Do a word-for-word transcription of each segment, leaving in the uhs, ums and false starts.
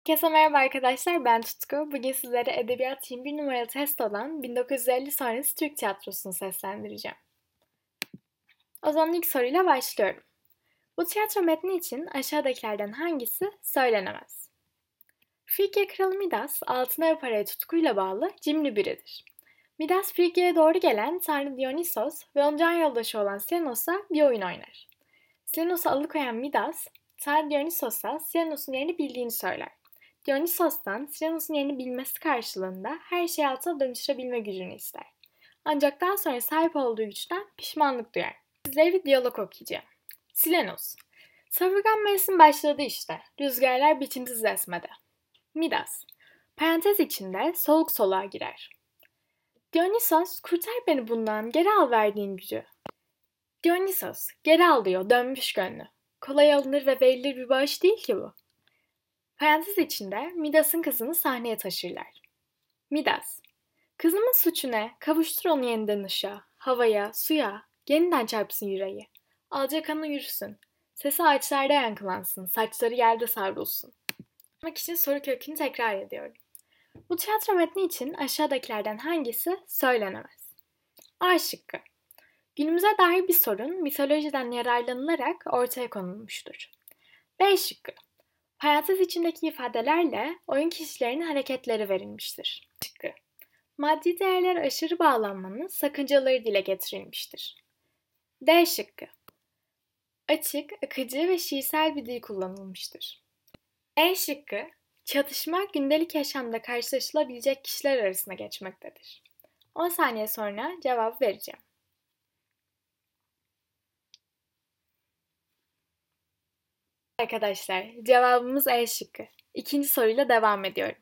Herkese merhaba arkadaşlar, ben Tutku. Bugün sizlere Edebiyat yirmi bir numaralı test olan bin dokuz yüz elli sonrası Türk tiyatrosunu seslendireceğim. O zaman ilk soruyla başlıyorum. Bu tiyatro metni için aşağıdakilerden hangisi söylenemez? Frigya kralı Midas, altına ve paraya tutkuyla bağlı cimri biridir. Midas, Frigya'ya doğru gelen tanrı Dionysos ve onun can yoldaşı olan Silenos'a bir oyun oynar. Silenos'u alıkoyan Midas, tanrı Dionysos'a Silenos'un yerini bildiğini söyler. Dionysos'tan Silenos'un yerini bilmesi karşılığında her şeyi altına dönüştürebilme gücünü ister. Ancak daha sonra sahip olduğu güçten pişmanlık duyar. Sizlere bir diyalog okuyacağım. Silenos: Savurgan mevsim başladı işte. Rüzgarlar biçimsiz esmede. Midas: Parantez içinde soluk soluğa girer. Dionysos: Kurtar beni bundan, geri al verdiğin gücü. Dionysos: Geri al diyor, dönmüş gönlü. Kolay alınır ve verilir bir bağış değil ki bu. Parantez içinde Midas'ın kızını sahneye taşırlar. Midas: Kızımın suçu ne? Kavuştur onu yeniden ışığa, havaya, suya, yeniden çarpsın yüreği. Alçakanı yürüsün. Sesi ağaçlarda yankılansın, saçları yerde savrulsun. Anlamak için soru kökünü tekrar ediyorum. Bu tiyatro metni için aşağıdakilerden hangisi söylenemez? A şıkkı. Günümüze dair bir sorun mitolojiden yararlanılarak ortaya konulmuştur. B şıkkı. Parantez içindeki ifadelerle oyun kişilerinin hareketleri verilmiştir. Şıkkı. Maddi değerlere aşırı bağlanmanın sakıncaları dile getirilmiştir. D şıkkı. Açık, akıcı ve şiirsel bir dil kullanılmıştır. E şıkkı. Çatışma gündelik yaşamda karşılaşılabilecek kişiler arasında geçmektedir. on saniye sonra cevap vereceğim. Arkadaşlar, cevabımız E şıkkı. İkinci soruyla devam ediyorum.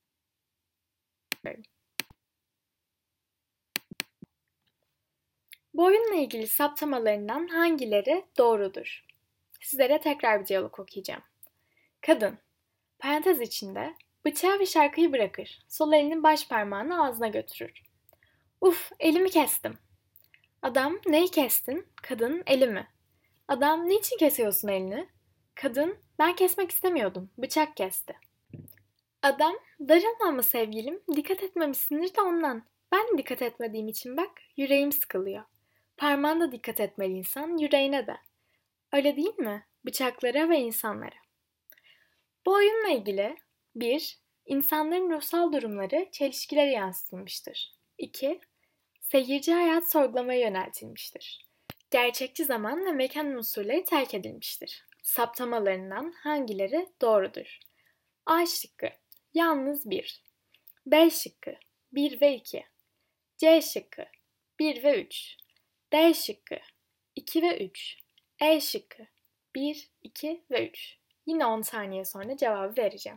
Bu oyunla ilgili saptamalarından hangileri doğrudur? Sizlere tekrar bir diyalog okuyacağım. Kadın, parantez içinde, bıçağı ve şarkıyı bırakır. Sol elinin baş parmağını ağzına götürür. Uf, elimi kestim. Adam, neyi kestin? Kadın, elimi. Adam, niçin kesiyorsun elini? Kadın, ben kesmek istemiyordum. Bıçak kesti. Adam, darılma ama sevgilim, dikkat etmemişsindir de ondan. Ben dikkat etmediğim için bak, yüreğim sıkılıyor. Parmağına dikkat etmeli insan, yüreğine de. Öyle değil mi? Bıçaklara ve insanlara. Bu oyunla ilgili bir. İnsanların ruhsal durumları, çelişkileri yansıtılmıştır. iki. Seyirci hayat sorgulamaya yöneltilmiştir. Gerçekçi zaman ve mekan unsurları terk edilmiştir. Saptamalarından hangileri doğrudur? A şıkkı yalnız bir. B şıkkı bir ve iki. C şıkkı bir ve üç. D şıkkı iki ve üç. E şıkkı bir, iki ve üç. Yine on saniye sonra cevabı vereceğim.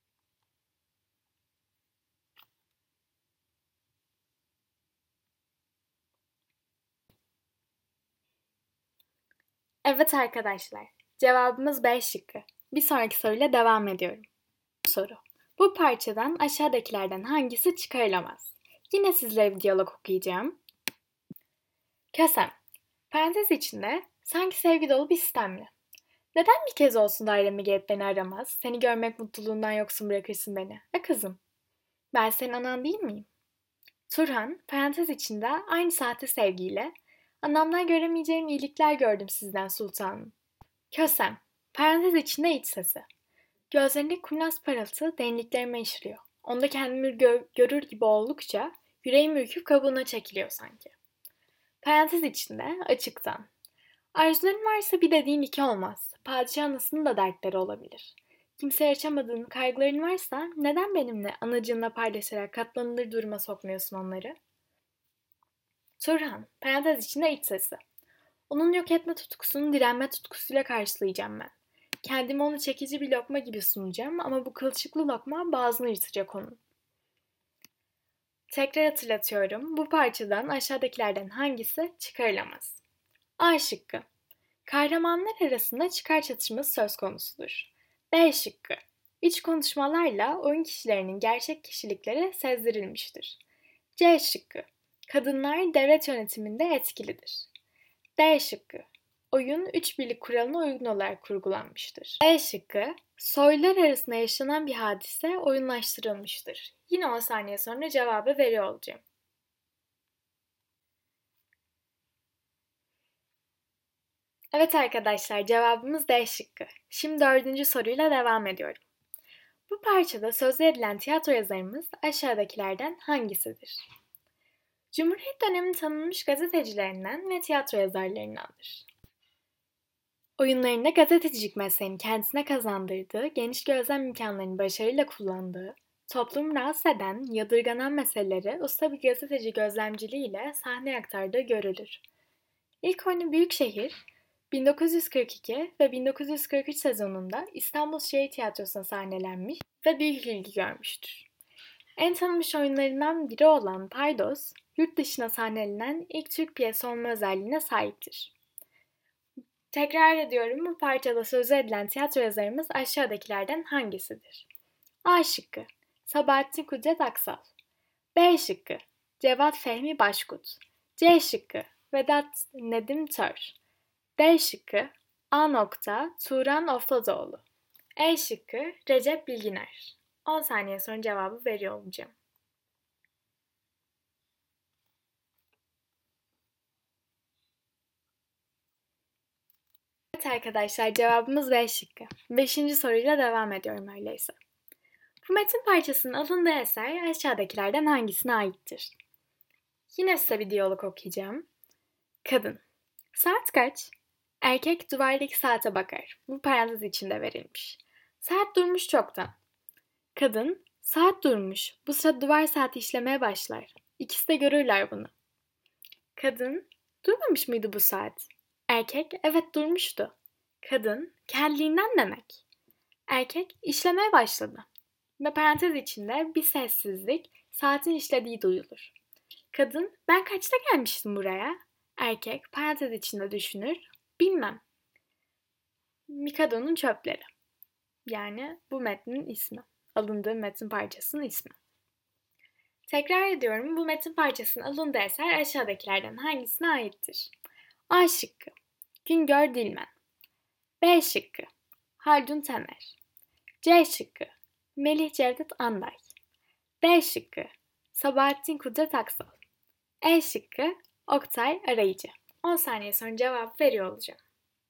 Evet arkadaşlar, cevabımız B şıkkı. Bir sonraki soruyla devam ediyorum. Soru. Bu parçadan aşağıdakilerden hangisi çıkarılamaz? Yine sizlere bir diyalog okuyacağım. Kösem. Parantez içinde sanki sevgi dolu bir sistemli. Neden bir kez olsun daireme gelip beni aramaz? Seni görmek mutluluğundan yoksun bırakırsın beni. E kızım, ben senin anan değil miyim? Turhan, parantez içinde aynı sahte sevgiyle anamdan göremeyeceğim iyilikler gördüm sizden sultanım. Kösem, parantez içinde iç sesi. Gözlerindeki kurnaz parıltı derinliklerime işliyor. Onda kendimi gö- görür gibi oldukça yüreğim ürküp kabuğuna çekiliyor sanki. Parantez içinde açıktan. Arzuların varsa bir dediğin iki olmaz. Padişah anasının da dertleri olabilir. Kimseye açamadığın kaygıların varsa neden benimle anacığınla paylaşarak katlanılır duruma sokmuyorsun onları? Turhan, parantez içinde iç sesi. Onun yok etme tutkusunu direnme tutkusuyla karşılayacağım ben. Kendimi onu çekici bir lokma gibi sunacağım ama bu kılçıklı lokma boğazını yırtacak onun. Tekrar hatırlatıyorum. Bu parçadan aşağıdakilerden hangisi çıkarılamaz? A şıkkı. Kahramanlar arasında çıkar çatışması söz konusudur. B şıkkı. İç konuşmalarla oyun kişilerinin gerçek kişilikleri sezdirilmiştir. C şıkkı. Kadınlar devlet yönetiminde etkilidir. D şıkkı. Oyun üç birlik kuralına uygun olarak kurgulanmıştır. E şıkkı. Soylular arasında yaşanan bir hadise oyunlaştırılmıştır. Yine on saniye sonra cevabı veriyor olacağım. Evet arkadaşlar, cevabımız D şıkkı. Şimdi dördüncü soruyla devam ediyorum. Bu parçada sözü edilen tiyatro yazarımız aşağıdakilerden hangisidir? Cumhuriyet döneminin tanınmış gazetecilerinden ve tiyatro yazarlarındandır. Oyunlarında gazetecilik mesleğini kendisine kazandırdığı, geniş gözlem imkanlarını başarıyla kullandığı, toplumu rahatsız eden, yadırganan meseleleri usta bir gazeteci gözlemciliğiyle sahneye aktardığı görülür. İlk oyunu Büyükşehir, bin dokuz yüz kırk iki ve bin dokuz yüz kırk üç sezonunda İstanbul Şehir Tiyatrosu'na sahnelenmiş ve büyük ilgi görmüştür. En tanınmış oyunlarından biri olan Paydos, yurt dışına sahnelenen ilk Türk piyesi olma özelliğine sahiptir. Tekrar ediyorum, bu parçada sözü edilen tiyatro yazarımız aşağıdakilerden hangisidir? A şıkkı Sabahattin Kudret Aksal, B şıkkı Cevat Fehmi Başkut, C şıkkı Vedat Nedim Tör, D şıkkı A nokta Turan Oflazoğlu, E şıkkı Recep Bilginer. on saniye sonra cevabı veriyor olacağım. Evet arkadaşlar, cevabımız B şıkkı. Beşinci soruyla devam ediyorum öyleyse. Bu metin parçasının alındığı eser aşağıdakilerden hangisine aittir? Yine size bir diyalog okuyacağım. Kadın: saat kaç? Erkek duvardaki saate bakar. Bu parantez içinde verilmiş. Saat durmuş çoktan. Kadın: saat durmuş. Bu sırada duvar saati işlemeye başlar. İkisi de görürler bunu. Kadın: durmamış mıydı bu saat? Erkek: evet durmuştu. Kadın: kendiliğinden demek. Erkek: işlemeye başladı. Ve parantez içinde bir sessizlik, saatin işlediği duyulur. Kadın: ben kaçta gelmiştim buraya? Erkek parantez içinde düşünür. Bilmem. Mikado'nun çöpleri. Yani bu metnin ismi. Alındığı metin parçasının ismi. Tekrar ediyorum, bu metin parçasının alındığı eser aşağıdakilerden hangisine aittir? A şıkkı Güngör Dilmen, B şıkkı Haldun Taner, C şıkkı Melih Cevdet Anday, D şıkkı Sabahattin Kudret Aksal, E şıkkı Oktay Arayıcı. on saniye sonra cevap veriyor olacağım.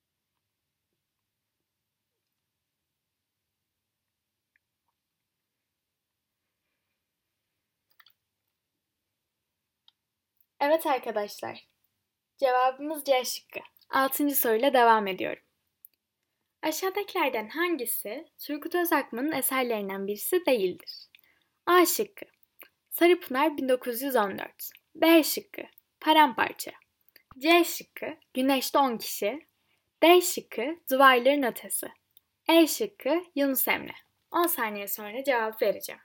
Evet arkadaşlar, cevabımız C şıkkı. Altıncı soruyla devam ediyorum. Aşağıdakilerden hangisi Turgut Özakman'ın eserlerinden birisi değildir? A şıkkı Sarıpınar bin dokuz yüz on dört, B şıkkı Paramparça, C şıkkı Güneşte on kişi, D şıkkı Duvarların Ötesi, E şıkkı Yunus Emre. on saniye sonra cevap vereceğim.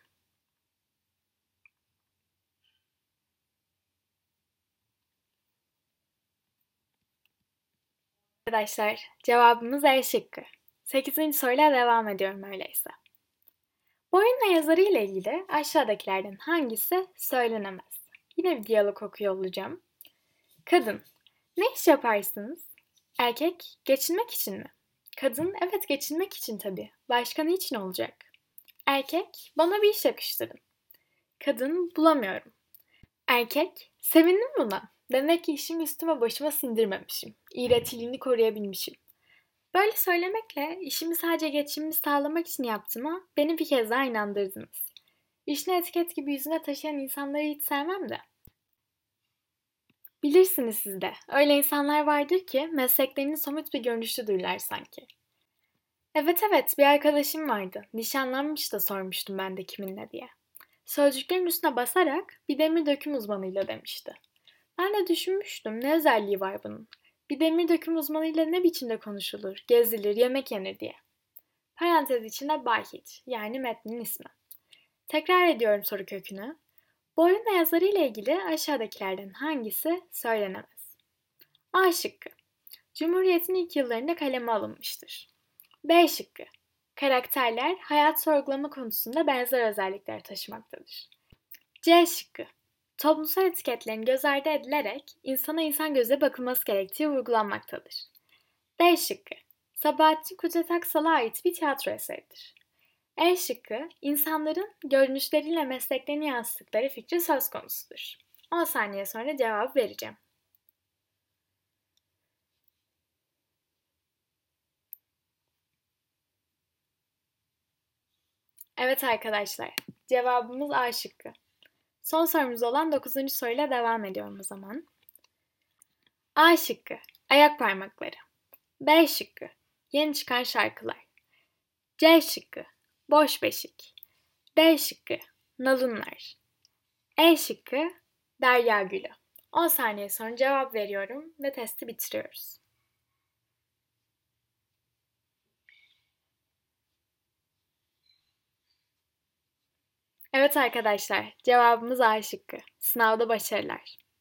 Arkadaşlar, cevabımız E şıkkı. sekizinci soruyla devam ediyorum öyleyse. Bu oyunla yazarı ile ilgili aşağıdakilerden hangisi söylenemez? Yine bir diyalog okuyor olacağım. Kadın: ne iş yaparsınız? Erkek: geçinmek için mi? Kadın: evet geçinmek için tabii. Başka ne için olacak? Erkek: bana bir iş yakıştırın. Kadın: bulamıyorum. Erkek: sevindim buna. Demek ki işimi üstüme başıma sindirmemişim. İğretiliğini koruyabilmişim. Böyle söylemekle işimi sadece geçimimi sağlamak için yaptığıma beni bir kez daha inandırdınız. İşini etiket gibi yüzüne taşıyan insanları hiç sevmem de. Bilirsiniz siz de, öyle insanlar vardır ki mesleklerinin somut bir görünüşüdürler sanki. Evet evet, bir arkadaşım vardı. Nişanlanmış da sormuştum ben de kiminle diye. Sözcüklerin üstüne basarak bir demir döküm uzmanıyla demişti. Ben de düşünmüştüm, ne özelliği var bunun? Bir demir döküm uzmanıyla ne biçimde konuşulur, gezilir, yemek yenir diye. Parantez içinde Bahit, yani metnin ismi. Tekrar ediyorum soru kökünü. Bu oyunla yazarı ile ilgili aşağıdakilerden hangisi söylenemez? A şıkkı Cumhuriyet'in ilk yıllarında kaleme alınmıştır. B şıkkı karakterler hayat sorgulama konusunda benzer özellikler taşımaktadır. C şıkkı toplumsal etiketlerin göz ardı edilerek insana insan gözüyle bakılması gerektiği vurgulanmaktadır. D şıkkı Sabahattin Kudret Aksal'a ait bir tiyatro eseridir. E şıkkı, insanların görünüşleriyle mesleklerini yansıttıkları fikri söz konusudur. on saniye sonra cevap vereceğim. Evet arkadaşlar, cevabımız A şıkkı. Son sorumuz olan dokuzuncu soruyla devam ediyorum o zaman. A şıkkı, ayak parmakları. B şıkkı, yeni çıkan şarkılar. C şıkkı, boş beşik. D şıkkı, nalınlar. E şıkkı, derya gülü. on saniye sonra cevap veriyorum ve testi bitiriyoruz. Evet arkadaşlar, cevabımız A şıkkı. Sınavda başarılar.